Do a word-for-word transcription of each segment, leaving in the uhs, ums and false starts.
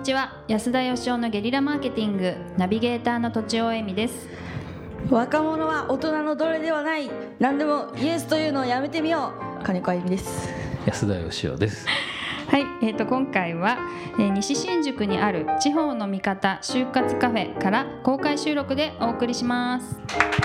ちは。安田義雄のゲリラマーケティングナビゲーターのとちおえみです。 若者は大人のどれではない、何でもイエスというのをやめてみよう、金子あゆみです。 安田義雄です。 はい、えー、と今回は、えー、西新宿にある地方の味方就活カフェから公開収録でお送りします。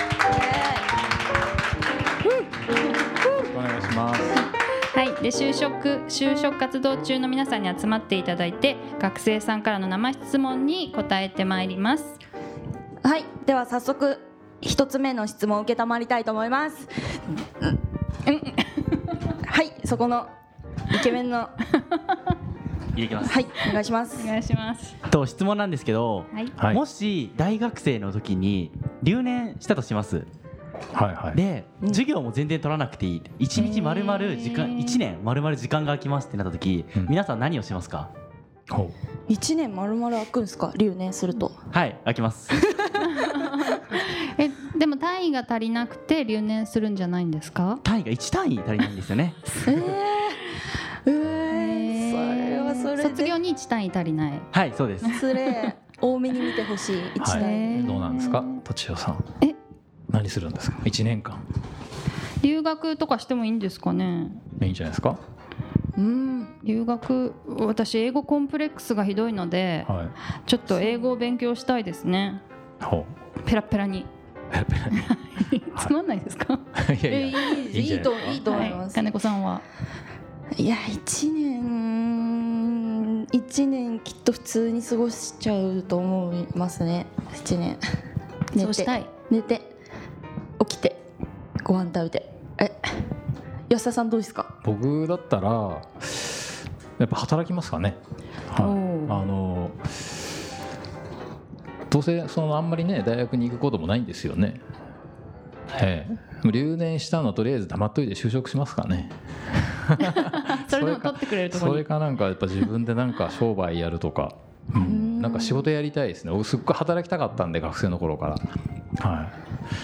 お願いします。 はい、で就職就職活動中の皆さんに集まっていただいて、学生さんからの生質問に答えてまいります。 はい、では早速一つ目の質問を受けたまりたいと思います。はい、そこのイケメンのいきます。 はい、お願いします。 お願いします。 と質問なんですけど、 はい、 もし大学生の時に留年したとします。 はいはい。 で、うん、授業も全然取らなくていい、いちにち丸々時間、いちねん丸々時間が空きますってなった時、うん、皆さん何をしますか？ ほういちねん丸々空くんですか？留年すると。はい、 空きますえでも単位が足りなくて留年するんじゃないんですか？ 単位がいち単位足りないんですよね。 えーえー、それはそれで卒業にいち単位足りない。 はい、そうです。 それ多めに見てほしい。いち単位、 はい、どうなんですか、とちおさん。 え何するんですか？いちねんかん留学とかしてもいいんですかね？ いいんじゃないですか。 うん、留学、私英語コンプレックスがひどいので、はい、ちょっと英語を勉強したいですね。 ほうペラペラにペラペラにつまんないですか？ いやいや、 いい、いいといいと思います。 金子さんは？ いや、いちねんいちねんきっと普通に過ごしちゃうと思いますね。いちねん寝てそうしたい。 寝て起きてご飯食べて。え、安田さんどうですか？ 僕だったらやっぱ働きますかね。はい、あのどうせそのあんまりね大学に行くこともないんですよね。ええ、留年したのはとりあえず黙っといて就職しますかね。 それでも取ってくれるところに。 それかなんかやっぱ自分でなんか商売やるとか、うん、なんか仕事やりたいですね。僕すっごい働きたかったんで、学生の頃から。はい、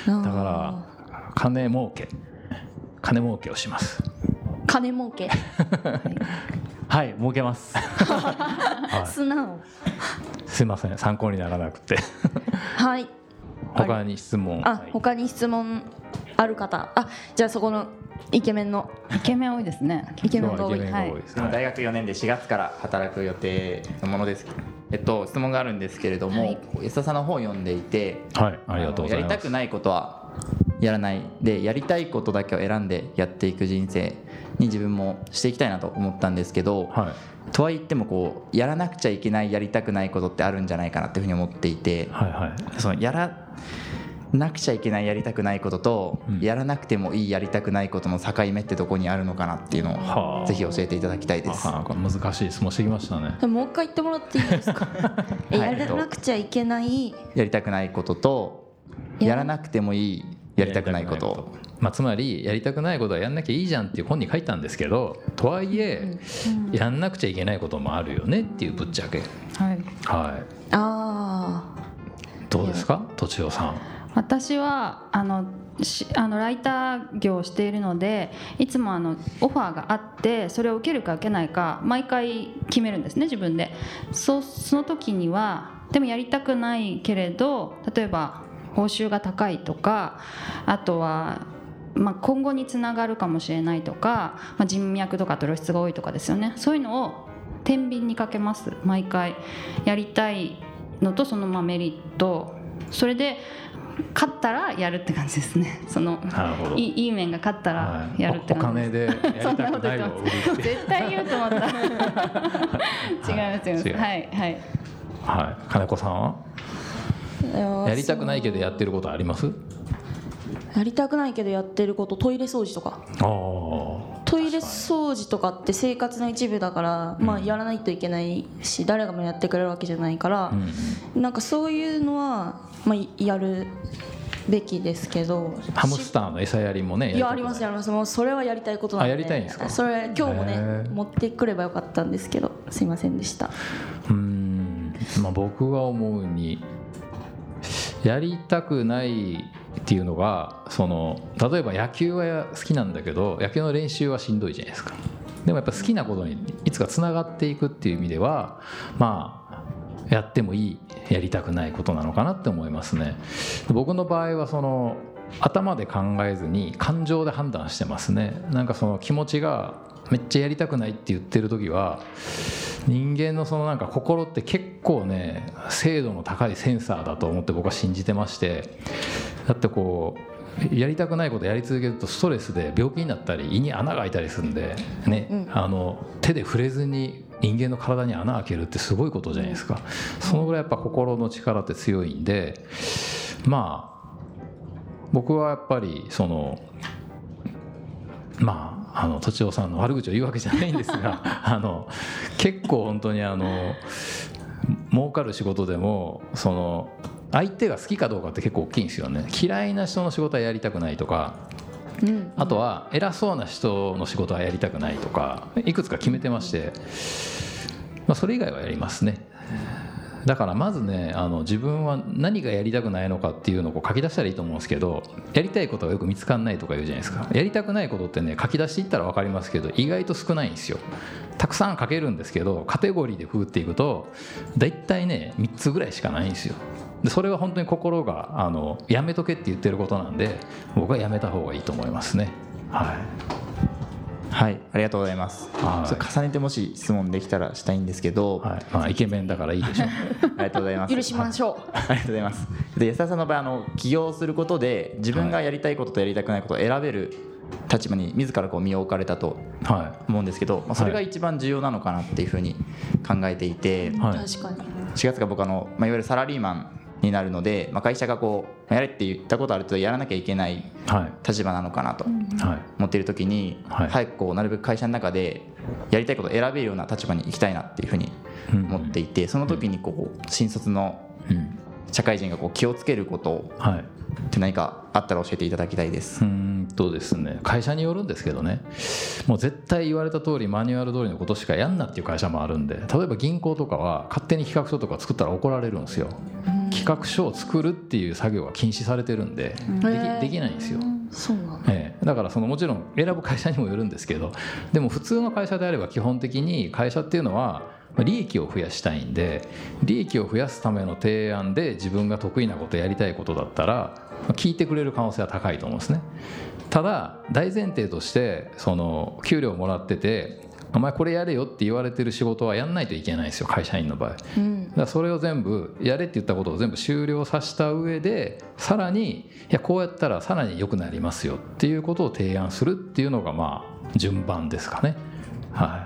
だから金儲け金儲けをします。 金儲けはい、儲けます。 はい、素直。 すいません、参考にならなくて。 はい、 他に質問。 あ、他に質問ある方。あ、じゃあそこのイケメンのイケメン多いですね。 イケメンが多い。 はい、 大学よねんでしがつから働く予定のものです。えっと、質問があるんですけれども、はい、安田さんの本を読んでいて、 はい、ありがとうございます。 やりたくないことはやらないで、やりたいことだけを選んでやっていく人生に自分もしていきたいなと思ったんですけど、はい、とはいってもこうやらなくちゃいけないやりたくないことってあるんじゃないかなっていうふうに思っていて、 はいはい、 そのやらなくちゃいけないやりたくないことと、うん、やらなくてもいいやりたくないことの境目ってどこにあるのかなっていうのをぜひ教えていただきたいです。 はあ、難しい質問してきましたね。 もう一回言ってもらっていいですか？はい、やらなくちゃいけないやりたくないことと、やらなくてもいいやりたくないこと、 まあ、つまりやりたくないことはやんなきゃいいじゃんっていう本に書いたんですけど、とはいえ、うん、やんなくちゃいけないこともあるよねっていうぶっちゃけ。はい、はい、 あどうですか、とちおさん。 私はあのあのライター業をしているので、いつもあのオファーがあってそれを受けるか受けないか毎回決めるんですね、自分で。 そ, その時にはでもやりたくないけれど、例えば報酬が高いとか、あとは、まあ、今後につながるかもしれないとか、まあ、人脈とかと露出が多いとかですよね。そういうのを天秤にかけます。毎回やりたいのとそのまあメリット、それで勝ったらやるって感じですね。そのい い, いい面が勝ったらやるって感じです。 はい、お金でやりたくないのを売る絶対言うと思った。違います違います。はいはいはい。金子さんはやりたくないけどやってることあります？ やりたくないけどやってること、トイレ掃除とか。あ、トイレ掃除とかって生活の一部だから、まあ、やらないといけないし、誰がもやってくれるわけじゃないから、うん、なんかそういうのは、まあ、やるべきですけど。 ハムスターの餌やりもね。 いや、ありますあります。もうそれはやりたいことなんで。 あ、やりたいんですか？ それ今日もね持ってくればよかったんですけど、すいませんでした。 うーん、まあ、僕が思うにやりたくないっていうのが、その例えば野球は好きなんだけど野球の練習はしんどいじゃないですか。でもやっぱ好きなことにいつかつながっていくっていう意味では、まあやってもいいやりたくないことなのかなって思いますね。僕の場合はその頭で考えずに感情で判断してますね。なんかその気持ちがめっちゃやりたくないって言ってる時は人間のそのなんか心って結構ね精度の高いセンサーだと思って僕は信じてまして、だってこうやりたくないことやり続けるとストレスで病気になったり胃に穴が開いたりするんでね、うん、あの手で触れずに人間の体に穴開けるってすごいことじゃないですか。そのぐらいやっぱ心の力って強いんで、まあ僕はやっぱりそのまああのとちおさんの悪口を言うわけじゃないんですがあの結構本当にあの儲かる仕事でもその相手が好きかどうかって結構大きいんですよね。嫌いな人の仕事はやりたくないとか、うん、あとは偉そうな人の仕事はやりたくないとかいくつか決めてまして、まあ、それ以外はやりますね。だからまずねあの自分は何がやりたくないのかっていうのをこう書き出したらいいと思うんですけど、やりたいことがよく見つかんないとか言うじゃないですか。やりたくないことってね書き出していったら分かりますけど意外と少ないんですよ。たくさん書けるんですけどカテゴリーで振っていくとだいたいねみっつぐらいしかないんですよ。でそれは本当に心があのやめとけって言ってることなんで僕はやめた方がいいと思いますね。はいはい、ありがとうございます。はい、重ねてもし質問できたらしたいんですけど、 はいまあ、イケメンだからいいでしょうありがとうございます。 許しましょう、 はい、ありがとうございます。で安田さんの場合あの起業することで自分がやりたいこととやりたくないことを選べる立場に自らこう身を置かれたと思うんですけど、まあ、それが一番重要なのかなっていうふうに考えていて、 はい、確かにしがつから僕あの、まあ、いわゆるサラリーマンになるので、まあ、会社がこうやれって言ったことあるとやらなきゃいけない立場なのかなと思っている時に、はい、早くこうなるべく会社の中でやりたいことを選べるような立場に行きたいなっていうふうに思っていて、その時にこう新卒の社会人がこう気をつけることって何かあったら教えていただきたいです。 うーんとですね、会社によるんですけどね、もう絶対言われた通りマニュアル通りのことしかやんなっていう会社もあるんで、例えば銀行とかは勝手に企画書とか作ったら怒られるんですよ。企画書を作るっていう作業が禁止されてるんで、でき、できないんですよ。 そうなんだ。 ええ、だからそのもちろん選ぶ会社にもよるんですけど、でも普通の会社であれば基本的に会社っていうのは利益を増やしたいんで、利益を増やすための提案で自分が得意なことやりたいことだったら聞いてくれる可能性は高いと思うんですね。ただ大前提としてその給料もらっててお前これやれよって言われてる仕事はやんないといけないんですよ、会社員の場合。うん、だからそれを全部やれって言ったことを全部終了させた上で、さらにいやこうやったらさらに良くなりますよっていうことを提案するっていうのがまあ順番ですかね。はい、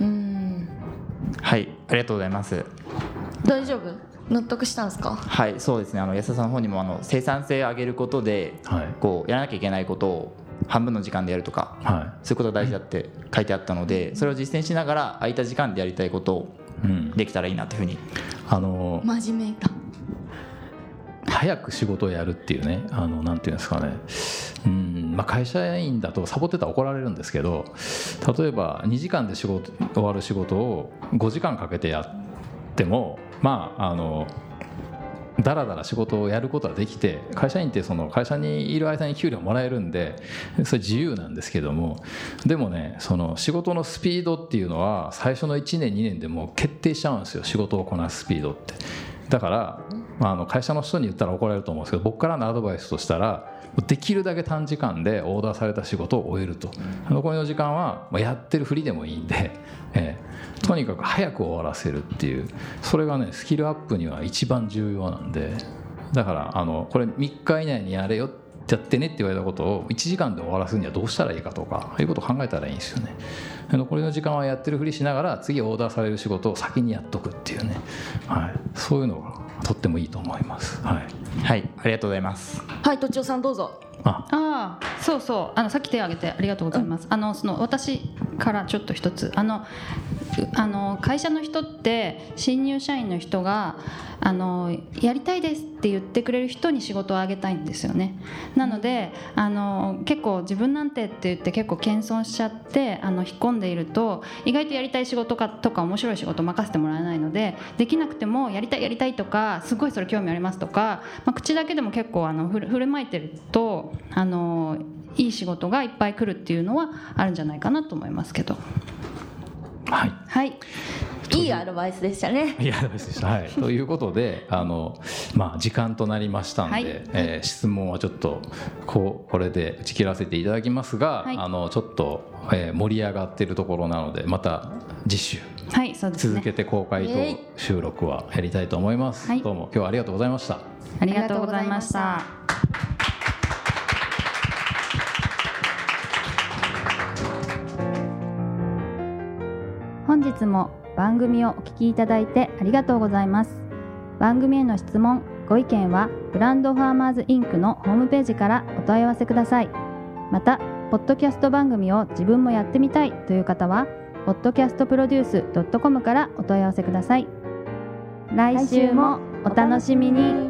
うんはい、ありがとうございます。 大丈夫？納得したんですか？ はい、そうですね。あの安田さんの方にもあの生産性を上げることで、はい、こうやらなきゃいけないことを半分の時間でやるとか、はい、そういうことが大事だって書いてあったので、それを実践しながら空いた時間でやりたいことをできたらいいなというふうに、 うん、あの真面目だ。 早く仕事をやるっていうね、あのなんていうんですかね、うん、まあ、会社員だとサボってたら怒られるんですけど、例えばにじかんで仕事終わる仕事をごじかんかけてやってもまああのだらだら仕事をやることはできて、会社員ってその会社にいる間に給料もらえるんでそれ自由なんですけども、でもねその仕事のスピードっていうのは最初のいちねんにねんでもう決定しちゃうんですよ、仕事をこなすスピードって。だから、まあ、あの会社の人に言ったら怒られると思うんですけど、僕からのアドバイスとしたらできるだけ短時間でオーダーされた仕事を終えると。残りの時間はやってるふりでもいいんで、えー、とにかく早く終わらせるっていう、それがねスキルアップには一番重要なんで、だからあのこれみっか以内にやれよやってねって言われたことをいちじかんで終わらすにはどうしたらいいかとかいうことを考えたらいいんですよね。残りの時間はやってるふりしながら次オーダーされる仕事を先にやっとくっていうね、はい、そういうのがとってもいいと思います。はい、 はい、ありがとうございます。 はい、とちおさんどうぞ。 ああ、そうそう、あのさっき手を挙げてありがとうございます。うん、あのその私からちょっと一つ、あのあの会社の人って新入社員の人があのやりたいですって言ってくれる人に仕事をあげたいんですよね。なのであの結構自分なんてって言って結構謙遜しちゃってあの引っ込んでいると意外とやりたい仕事かとか面白い仕事を任せてもらえないので、できなくてもやりたいやりたいとかすごいそれ興味ありますとか、まあ、口だけでも結構あのふる振る舞いてるとあのいい仕事がいっぱい来るっていうのはあるんじゃないかなと思いますけど。 はい、 はい、いいアドバイスでしたね。 いいアドバイスでした、はい、ということであの、まあ、時間となりましたんで、はい、えー、質問はちょっとこうこれで打ち切らせていただきますが、はい、あのちょっと、えー、盛り上がっているところなのでまた次週、 はい、そうですね、 続けて公開と収録はやりたいと思います、はい、どうも今日はありがとうございました。 ありがとうございました。本日も番組をお聞きいただいてありがとうございます。番組への質問、ご意見はブランドファーマーズインクのホームページからお問い合わせください。また、ポッドキャスト番組を自分もやってみたいという方は、ポッドキャストプロデュース ドットコム からお問い合わせください。来週もお楽しみに。